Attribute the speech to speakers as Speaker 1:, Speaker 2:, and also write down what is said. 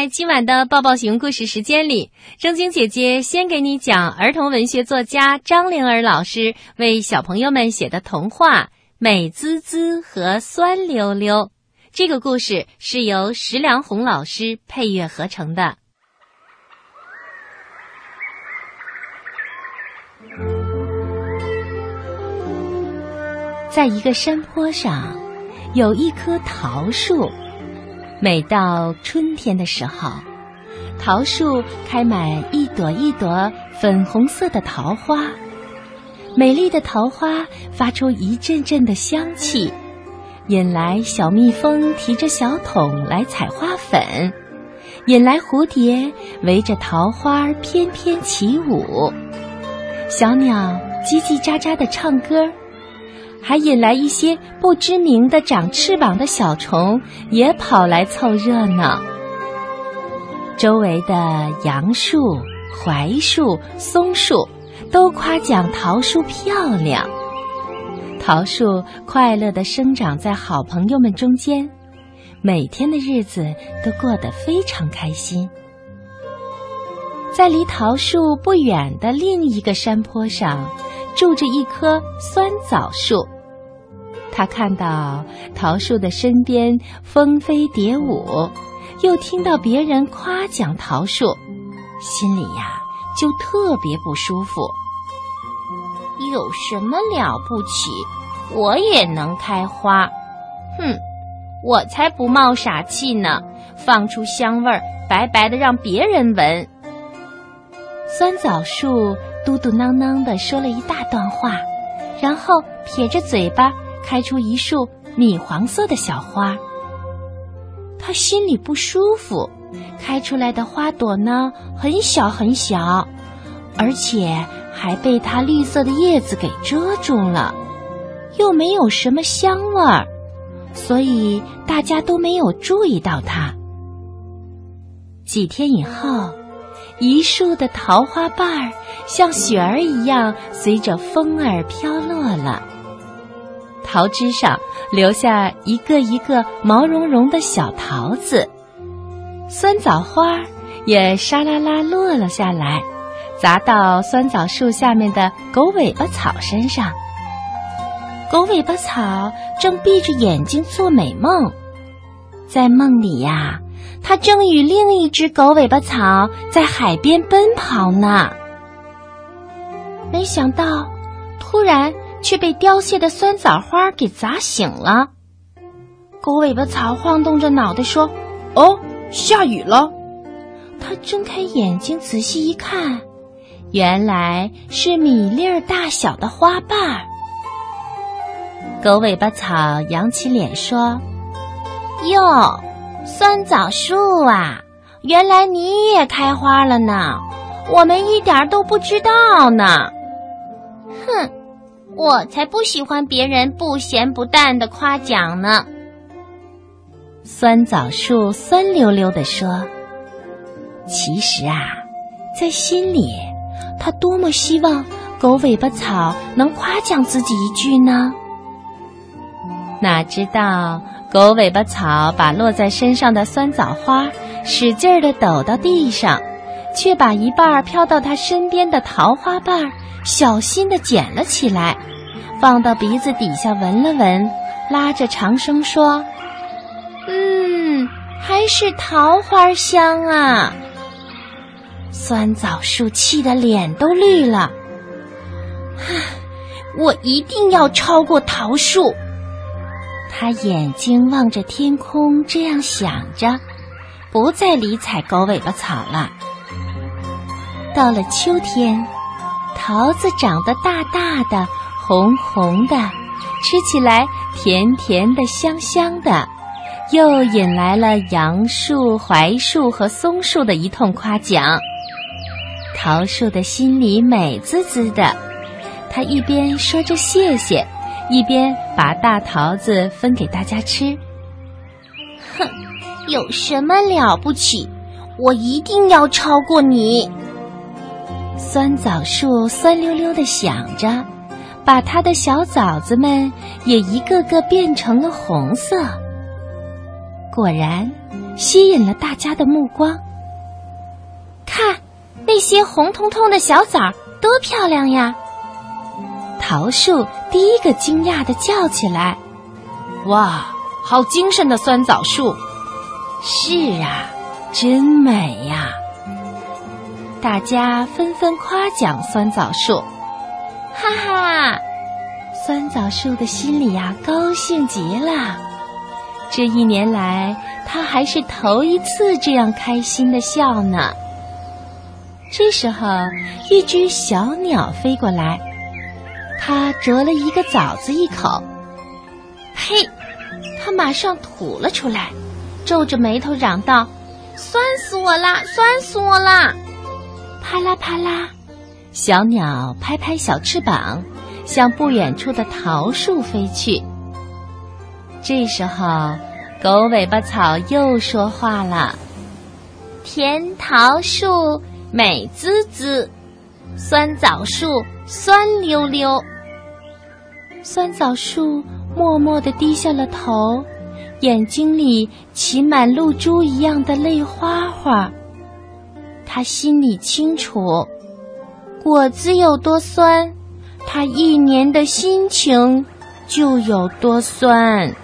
Speaker 1: 在今晚的抱抱熊故事时间里，正晶姐姐先给你讲儿童文学作家张灵儿老师为小朋友们写的童话《美滋滋和酸溜溜》。这个故事是由石良红老师配乐合成的。在一个山坡上，有一棵桃树。每到春天的时候，桃树开满一朵一朵粉红色的桃花，美丽的桃花发出一阵阵的香气，引来小蜜蜂提着小桶来采花粉，引来蝴蝶围着桃花翩翩起舞，小鸟叽叽喳喳地唱歌，还引来一些不知名的长翅膀的小虫也跑来凑热闹。周围的杨树、槐树、松树都夸奖桃树漂亮。桃树快乐地生长在好朋友们中间，每天的日子都过得非常开心。在离桃树不远的另一个山坡上，住着一棵酸枣树。他看到桃树的身边蜂飞蝶舞，又听到别人夸奖桃树，心里就特别不舒服。有什么了不起？我也能开花。我才不冒傻气呢，放出香味儿，白白的让别人闻。酸枣树嘟嘟囔囔地说了一大段话，然后撇着嘴巴开出一束米黄色的小花。他心里不舒服，开出来的花朵呢，很小很小，而且还被它绿色的叶子给遮住了，又没有什么香味儿，所以大家都没有注意到它。几天以后，一树的桃花瓣儿像雪儿一样随着风儿飘落了，桃枝上留下一个一个毛茸茸的小桃子，酸枣花也沙啦啦落了下来，砸到酸枣树下面的狗尾巴草身上。狗尾巴草正闭着眼睛做美梦，在梦里它正与另一只狗尾巴草在海边奔跑呢。没想到，突然却被凋谢的酸枣花给砸醒了。狗尾巴草晃动着脑袋说：“哦，下雨了。”他睁开眼睛仔细一看，原来是米粒儿大小的花瓣儿。狗尾巴草扬起脸说：“哟，酸枣树啊，原来你也开花了呢，我们一点都不知道呢。”我才不喜欢别人不咸不淡的夸奖呢。酸枣树酸溜溜地说：“其实在心里，他多么希望狗尾巴草能夸奖自己一句呢。”哪知道狗尾巴草把落在身上的酸枣花使劲地抖到地上，却把一半飘到他身边的桃花瓣小心地捡了起来，放到鼻子底下闻了闻，拉着长声说：“还是桃花香啊。”酸枣树气得脸都绿了。我一定要超过桃树。他眼睛望着天空，这样想着，不再理睬狗尾巴草了。到了秋天，桃子长得大大的，红红的，吃起来甜甜的，香香的，又引来了杨树、槐树和松树的一通夸奖。桃树的心里美滋滋的，他一边说着谢谢，一边把大桃子分给大家吃。有什么了不起？我一定要超过你。酸枣树酸溜溜地想着，把它的小枣子们也一个个变成了红色。果然， 吸引了大家的目光。看，那些红彤彤的小枣多漂亮呀！桃树第一个惊讶地叫起来：“
Speaker 2: 哇，好精神的酸枣树！”
Speaker 1: 是啊，真美呀！大家纷纷夸奖酸枣树。哈哈，酸枣树的心里呀，高兴极了。这1年来，他还是头一次这样开心地笑呢。这时候，一只小鸟飞过来，它啄了一个枣子一口，嘿，它马上吐了出来，皱着眉头嚷道：“酸死我啦，酸死我啦！”啪啦啪啦，小鸟拍拍小翅膀，向不远处的桃树飞去。这时候，狗尾巴草又说话了：“甜桃树美滋滋，酸枣树酸溜溜。”酸枣树默默地低下了头，眼睛里起满露珠一样的泪花花。他心里清楚，果子有多酸，他1年的心情就有多酸。